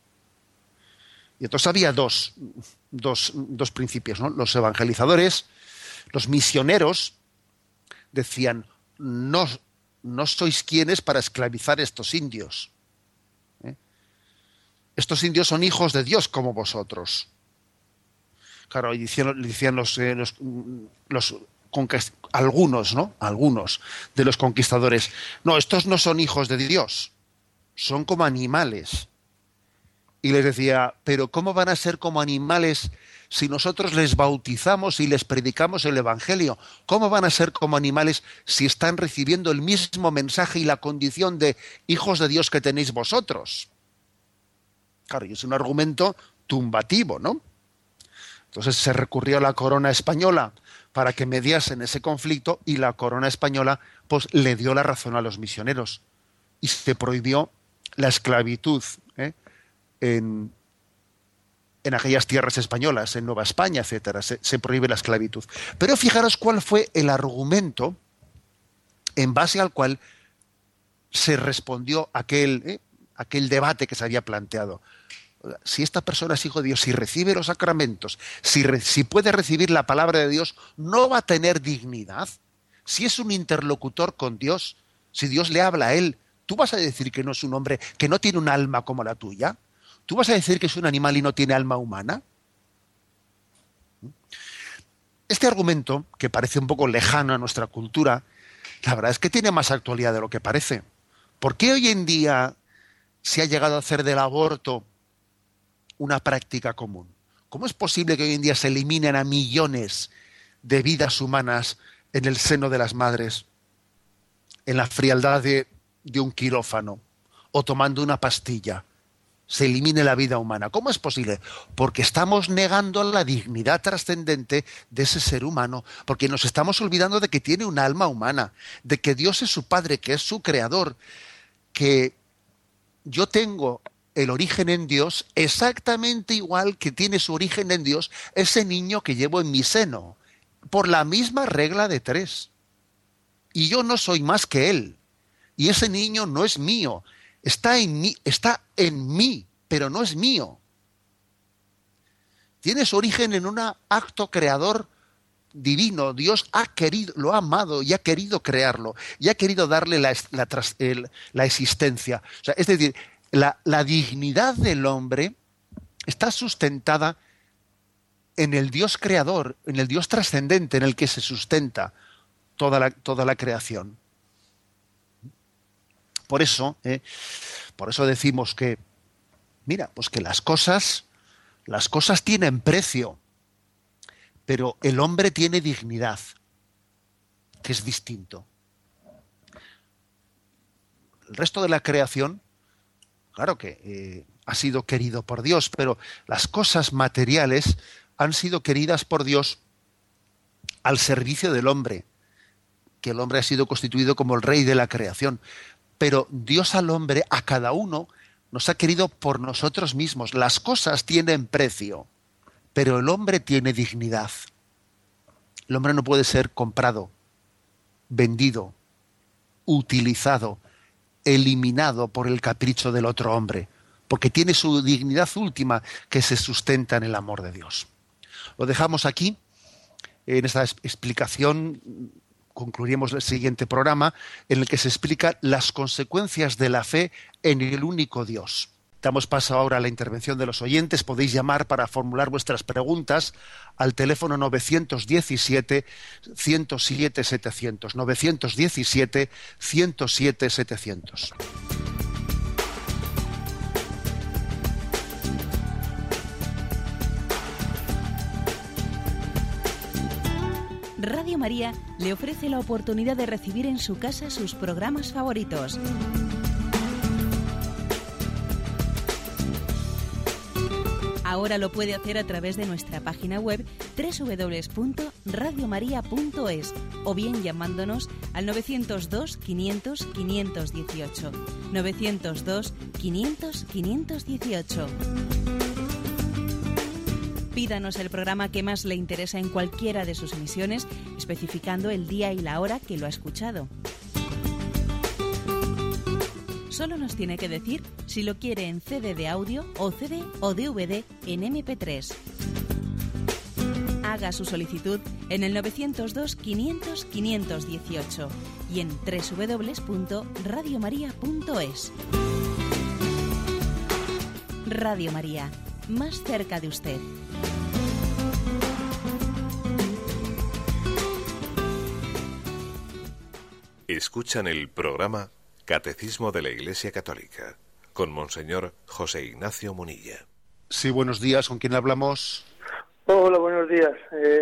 Y entonces había dos principios, ¿no? Los evangelizadores, los misioneros, decían, no sois quienes para esclavizar a estos indios. Estos indios son hijos de Dios como vosotros. Claro, y decían algunos, ¿no? Algunos de los conquistadores. No, estos no son hijos de Dios, son como animales. Y les decía, pero ¿cómo van a ser como animales si nosotros les bautizamos y les predicamos el Evangelio? ¿Cómo van a ser como animales si están recibiendo el mismo mensaje y la condición de hijos de Dios que tenéis vosotros? Claro, y es un argumento tumbativo, ¿no? Entonces se recurrió a la corona española para que mediasen ese conflicto y la corona española pues le dio la razón a los misioneros y se prohibió la esclavitud en aquellas tierras españolas, en Nueva España, etcétera, se prohíbe la esclavitud. Pero fijaros cuál fue el argumento en base al cual se respondió aquel debate que se había planteado. Si esta persona es hijo de Dios, si recibe los sacramentos, si puede recibir la palabra de Dios, ¿no va a tener dignidad? Si es un interlocutor con Dios, si Dios le habla a él, ¿tú vas a decir que no es un hombre, que no tiene un alma como la tuya? ¿Tú vas a decir que es un animal y no tiene alma humana? Este argumento, que parece un poco lejano a nuestra cultura, la verdad es que tiene más actualidad de lo que parece. ¿Por qué hoy en día se ha llegado a hacer del aborto una práctica común? ¿Cómo es posible que hoy en día se eliminen a millones de vidas humanas en el seno de las madres, en la frialdad de un quirófano o tomando una pastilla? Se elimine la vida humana. ¿Cómo es posible? Porque estamos negando la dignidad trascendente de ese ser humano, porque nos estamos olvidando de que tiene un alma humana, de que Dios es su Padre, que es su Creador, que yo tengo el origen en Dios exactamente igual que tiene su origen en Dios ese niño que llevo en mi seno, por la misma regla de 3. Y yo no soy más que él. Y ese niño no es mío. Está en mí, pero no es mío. Tiene su origen en un acto creador divino. Dios lo ha amado y ha querido crearlo y ha querido darle la existencia. O sea, es decir, la dignidad del hombre está sustentada en el Dios creador, en el Dios trascendente en el que se sustenta toda la creación. Por eso decimos que, mira, pues que las cosas tienen precio, pero el hombre tiene dignidad, que es distinto. El resto de la creación, claro que ha sido querido por Dios, pero las cosas materiales han sido queridas por Dios al servicio del hombre, que el hombre ha sido constituido como el rey de la creación. Pero Dios al hombre, a cada uno, nos ha querido por nosotros mismos. Las cosas tienen precio, pero el hombre tiene dignidad. El hombre no puede ser comprado, vendido, utilizado, eliminado por el capricho del otro hombre, porque tiene su dignidad última que se sustenta en el amor de Dios. Lo dejamos aquí, en esta explicación. Concluiremos el siguiente programa en el que se explican las consecuencias de la fe en el único Dios. Damos paso ahora a la intervención de los oyentes. Podéis llamar para formular vuestras preguntas al teléfono 917-107-700. 917-107-700. Radio María le ofrece la oportunidad de recibir en su casa sus programas favoritos. Ahora lo puede hacer a través de nuestra página web www.radiomaria.es o bien llamándonos al 902 500 518. 902 500 518. Pídanos el programa que más le interesa en cualquiera de sus emisiones, especificando el día y la hora que lo ha escuchado. Solo nos tiene que decir si lo quiere en CD de audio o CD o DVD en MP3. Haga su solicitud en el 902 500 518 y en www.radiomaria.es. Radio María, más cerca de usted. Escuchan el programa Catecismo de la Iglesia Católica, con Monseñor José Ignacio Munilla. Sí, buenos días. ¿Con quién hablamos? Hola, buenos días.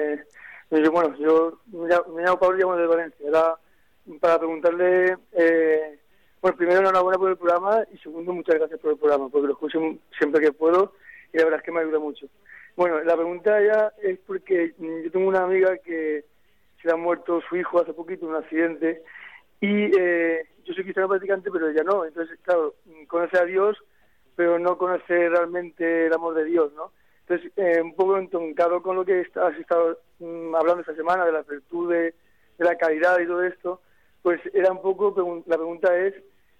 Yo me llamo Pablo y llamo de Valencia. Era para preguntarle, primero enhorabuena por el programa y segundo, muchas gracias por el programa, porque lo escucho siempre que puedo y la verdad es que me ayuda mucho. Bueno, la pregunta ya es porque yo tengo una amiga que se le ha muerto su hijo hace poquito en un accidente y yo soy cristiano practicante, pero ella no. Entonces, claro, conoce a Dios, pero no conoce realmente el amor de Dios, ¿no? Entonces, un poco entroncado con lo que has estado hablando esta semana, de la virtud de la caridad y todo esto, pues era un poco, la pregunta es,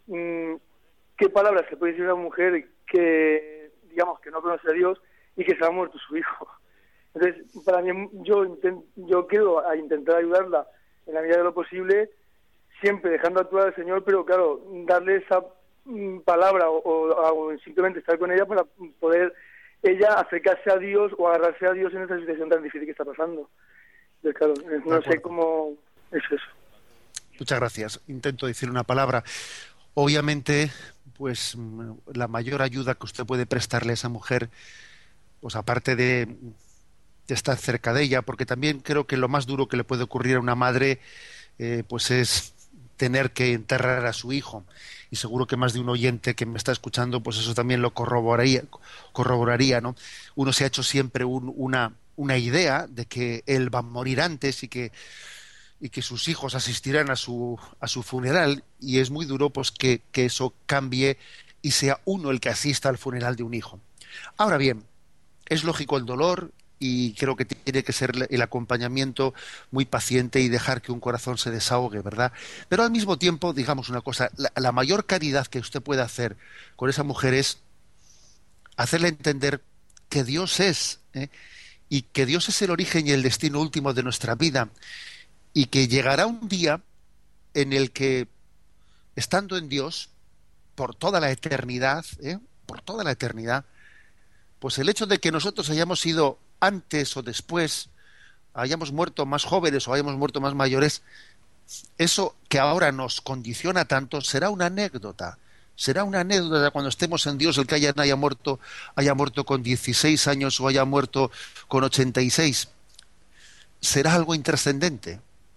¿qué palabras se puede decir a una mujer que, digamos, que no conoce a Dios y que se ha muerto su hijo? Entonces, para mí, yo quiero intentar ayudarla en la medida de lo posible, siempre dejando actuar al Señor, pero claro, darle esa palabra o simplemente estar con ella para poder ella acercarse a Dios o agarrarse a Dios en esta situación tan difícil que está pasando. Entonces, claro, no sé cómo es eso. Muchas gracias. Intento decir una palabra. Obviamente, pues la mayor ayuda que usted puede prestarle a esa mujer, pues aparte de estar cerca de ella, porque también creo que lo más duro que le puede ocurrir a una madre, pues es tener que enterrar a su hijo, y seguro que más de un oyente que me está escuchando pues eso también lo corroboraría, ¿no? Uno se ha hecho siempre una idea de que él va a morir antes y que sus hijos asistirán a su funeral, y es muy duro pues que eso cambie y sea uno el que asista al funeral de un hijo. Ahora bien, es lógico el dolor, y creo que tiene que ser el acompañamiento muy paciente y dejar que un corazón se desahogue, ¿verdad? Pero al mismo tiempo, digamos una cosa, la mayor caridad que usted puede hacer con esa mujer es hacerle entender que Dios es, y que Dios es el origen y el destino último de nuestra vida, y que llegará un día en el que, estando en Dios, por toda la eternidad, pues el hecho de que nosotros hayamos sido antes o después, hayamos muerto más jóvenes o hayamos muerto más mayores, eso que ahora nos condiciona tanto será una anécdota. Será una anécdota cuando estemos en Dios, el que haya muerto con 16 años o haya muerto con 86. Será algo intrascendente.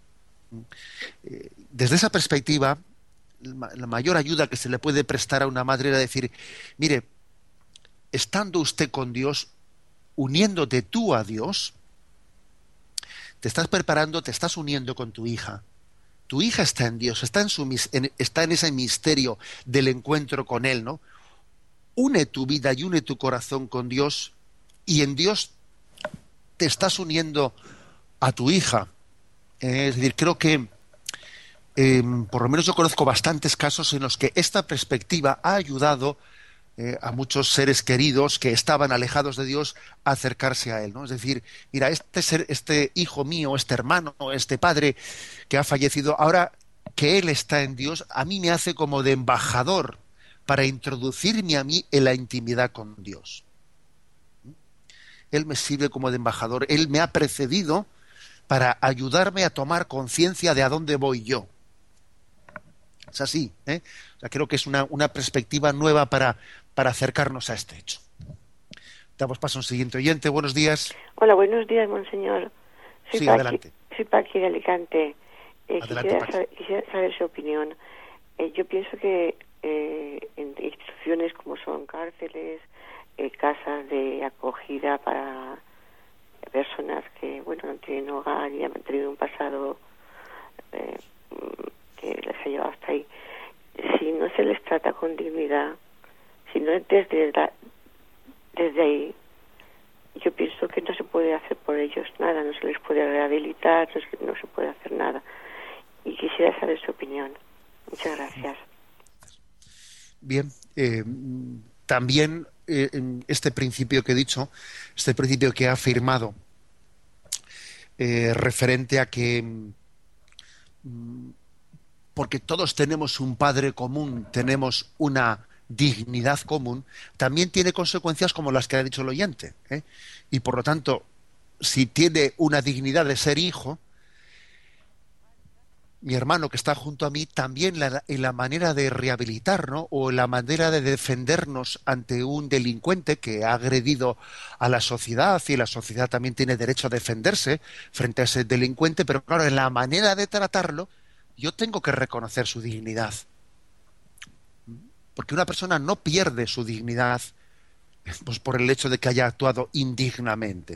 Desde esa perspectiva, la mayor ayuda que se le puede prestar a una madre era decir, mire, estando usted con Dios, uniéndote tú a Dios, te estás preparando, te estás uniendo con tu hija. Tu hija está en Dios, está en ese misterio del encuentro con Él, ¿no? Une tu vida y une tu corazón con Dios, y en Dios te estás uniendo a tu hija. Es decir, creo que por lo menos yo conozco bastantes casos en los que esta perspectiva ha ayudado a muchos seres queridos que estaban alejados de Dios a acercarse a Él, ¿no? Es decir, mira, este hijo mío, este hermano, este padre que ha fallecido, ahora que él está en Dios, a mí me hace como de embajador para introducirme a mí en la intimidad con Dios. Él me sirve como de embajador, él me ha precedido para ayudarme a tomar conciencia de a dónde voy yo. Es así, ¿eh? O sea, creo que es una perspectiva nueva para acercarnos a este hecho. Damos paso a un siguiente oyente. Buenos días. Hola, buenos días, monseñor. Sí, adelante. Soy Paqui de Alicante. Adelante, quisiera saber su opinión. Yo pienso que en instituciones como son cárceles, casas de acogida para personas que, bueno, no tienen hogar y han tenido un pasado que les ha llevado hasta ahí. Si no se les trata con dignidad, si no es desde ahí, yo pienso que no se puede hacer por ellos nada, no se les puede rehabilitar, no se puede hacer nada. Y quisiera saber su opinión. Muchas gracias. Bien, también este principio que he dicho, este principio que he afirmado, referente a que porque todos tenemos un padre común, tenemos una dignidad común, también tiene consecuencias como las que ha dicho el oyente, ¿eh? Y por lo tanto, si tiene una dignidad de ser hijo, mi hermano que está junto a mí, también en la manera de rehabilitar, ¿no? O en la manera de defendernos ante un delincuente que ha agredido a la sociedad, y la sociedad también tiene derecho a defenderse frente a ese delincuente, pero claro, en la manera de tratarlo, yo tengo que reconocer su dignidad. Porque una persona no pierde su dignidad pues por el hecho de que haya actuado indignamente.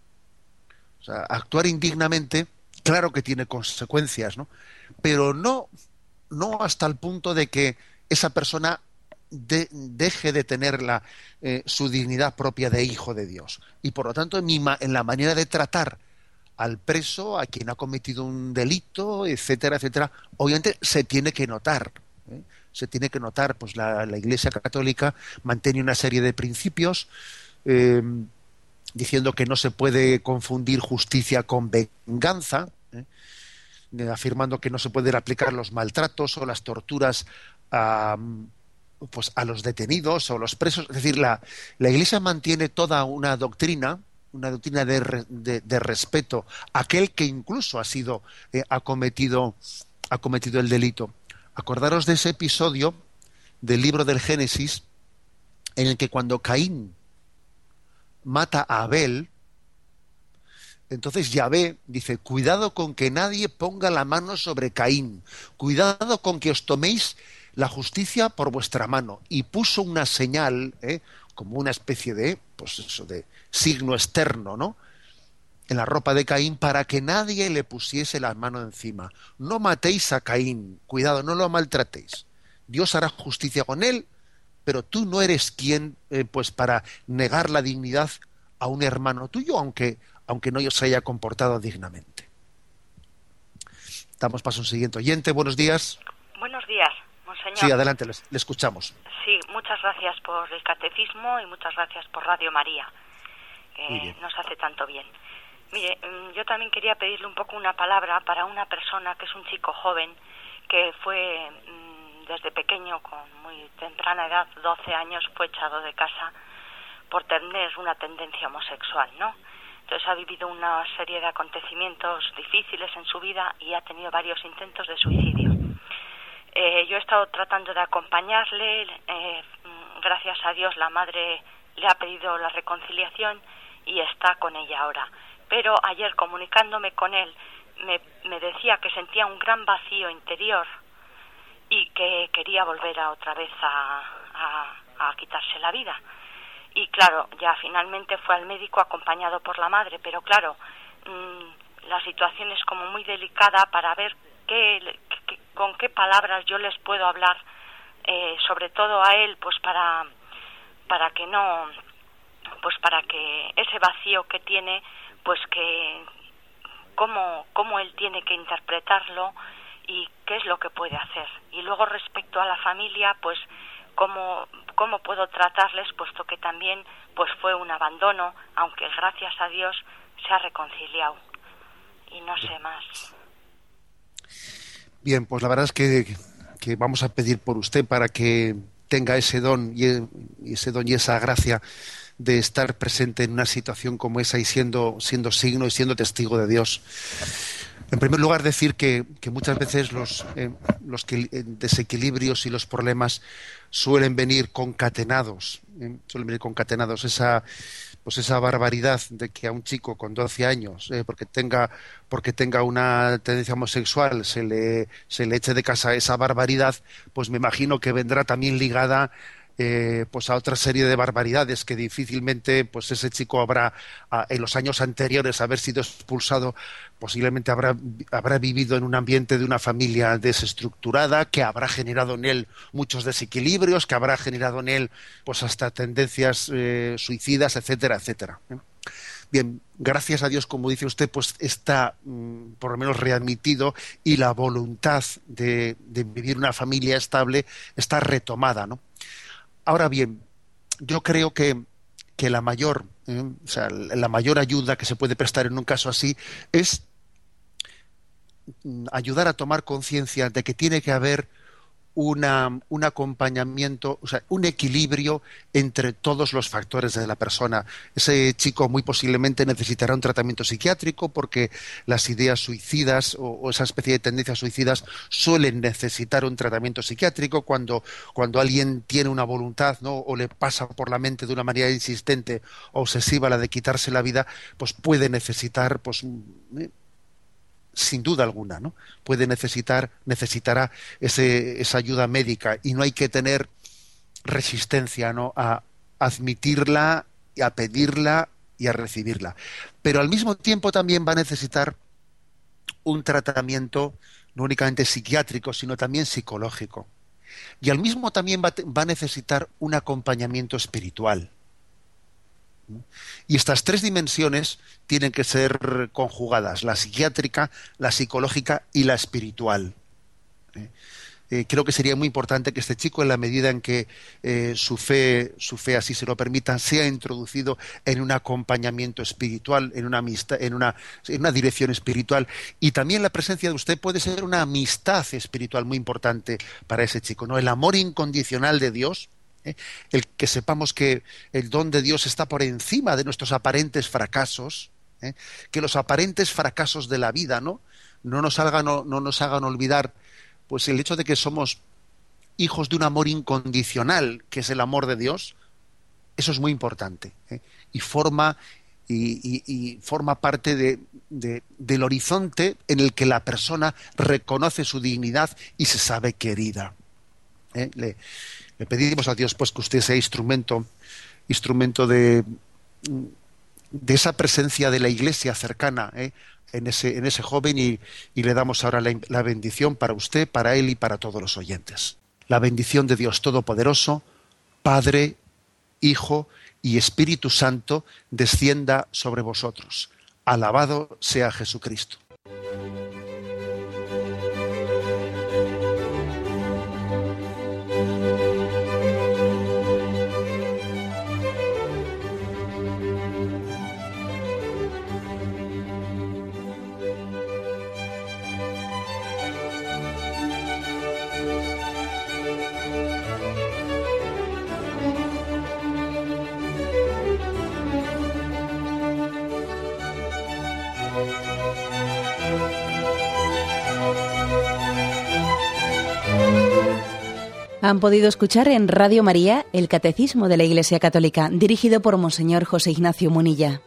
O sea, actuar indignamente, claro que tiene consecuencias, ¿no? Pero no hasta el punto de que esa persona deje de tener su dignidad propia de hijo de Dios. Y por lo tanto, en la manera de tratar al preso, a quien ha cometido un delito, etcétera, etcétera, obviamente se tiene que notar, ¿eh? Se tiene que notar, pues la Iglesia Católica mantiene una serie de principios diciendo que no se puede confundir justicia con venganza, afirmando que no se pueden aplicar los maltratos o las torturas pues a los detenidos o los presos. Es decir, la Iglesia mantiene toda una doctrina de respeto a aquel que incluso ha cometido el delito. Acordaros de ese episodio del libro del Génesis en el que cuando Caín mata a Abel, entonces Yahvé dice: cuidado con que nadie ponga la mano sobre Caín, cuidado con que os toméis la justicia por vuestra mano. Y puso una señal, como una especie de, pues eso, de signo externo, ¿no?, en la ropa de Caín, para que nadie le pusiese la mano encima. No matéis a Caín, cuidado, no lo maltratéis. Dios hará justicia con él, pero tú no eres quien, pues para negar la dignidad a un hermano tuyo, aunque no se haya comportado dignamente. Damos paso a un siguiente oyente. Buenos días. Buenos días, monseñor. Sí, adelante, le escuchamos. Sí, muchas gracias por el catecismo y muchas gracias por Radio María, que nos hace tanto bien. Mire, yo también quería pedirle un poco una palabra para una persona que es un chico joven que fue desde pequeño, con muy temprana edad, 12 años, fue echado de casa por tener una tendencia homosexual, ¿no? Entonces ha vivido una serie de acontecimientos difíciles en su vida y ha tenido varios intentos de suicidio. Yo he estado tratando de acompañarle, gracias a Dios la madre le ha pedido la reconciliación y está con ella ahora. Pero ayer, comunicándome con él, me decía que sentía un gran vacío interior y que quería volver otra vez a quitarse la vida. Y claro, ya finalmente fue al médico acompañado por la madre, pero claro, la situación es como muy delicada para ver con qué palabras yo les puedo hablar, sobre todo a él, pues para que no, pues para que ese vacío que tiene, pues que cómo él tiene que interpretarlo y qué es lo que puede hacer. Y luego respecto a la familia, pues cómo puedo tratarles, puesto que también pues fue un abandono, aunque gracias a Dios se ha reconciliado. Y no sé más. Bien, pues la verdad es que vamos a pedir por usted para que tenga ese don y esa gracia de estar presente en una situación como esa y siendo signo y siendo testigo de Dios. En primer lugar, decir que muchas veces los desequilibrios y los problemas suelen venir concatenados, esa barbaridad de que a un chico con 12 años, porque tenga una tendencia homosexual, se le eche de casa esa barbaridad, pues me imagino que vendrá también ligada pues a otra serie de barbaridades que difícilmente pues ese chico habrá en los años anteriores haber sido expulsado, posiblemente habrá vivido en un ambiente de una familia desestructurada que habrá generado en él muchos desequilibrios, que habrá generado en él pues hasta tendencias suicidas, etcétera, etcétera. Bien, gracias a Dios, como dice usted, pues está por lo menos readmitido y la voluntad de vivir una familia estable está retomada, ¿no? Ahora bien, yo creo que la mayor, o sea, la mayor ayuda que se puede prestar en un caso así es ayudar a tomar conciencia de que tiene que haber un acompañamiento, o sea, un equilibrio entre todos los factores de la persona. Ese chico muy posiblemente necesitará un tratamiento psiquiátrico porque las ideas suicidas o esa especie de tendencias suicidas suelen necesitar un tratamiento psiquiátrico cuando alguien tiene una voluntad, ¿no? O le pasa por la mente de una manera insistente, obsesiva, la de quitarse la vida, pues puede necesitar, pues sin duda alguna, ¿no? Necesitará esa ayuda médica, y no hay que tener resistencia, ¿no?, a admitirla, a pedirla y a recibirla. Pero al mismo tiempo también va a necesitar un tratamiento no únicamente psiquiátrico, sino también psicológico. Y al mismo también va a necesitar un acompañamiento espiritual. Y estas tres dimensiones tienen que ser conjugadas: la psiquiátrica, la psicológica y la espiritual. Creo que sería muy importante que este chico, en la medida en que su fe así se lo permita, sea introducido en un acompañamiento espiritual, en una amistad, en una dirección espiritual. Y también la presencia de usted puede ser una amistad espiritual muy importante para ese chico, ¿no? El amor incondicional de Dios. El que sepamos que el don de Dios está por encima de nuestros aparentes fracasos, que los aparentes fracasos de la vida no nos hagan olvidar pues el hecho de que somos hijos de un amor incondicional, que es el amor de Dios. Eso es muy importante, y forma parte del horizonte en el que la persona reconoce su dignidad y se sabe querida. Le pedimos a Dios pues que usted sea instrumento de esa presencia de la Iglesia cercana en ese joven, y le damos ahora la bendición para usted, para él y para todos los oyentes. La bendición de Dios Todopoderoso, Padre, Hijo y Espíritu Santo, descienda sobre vosotros. Alabado sea Jesucristo. Han podido escuchar en Radio María el Catecismo de la Iglesia Católica, dirigido por Monseñor José Ignacio Munilla.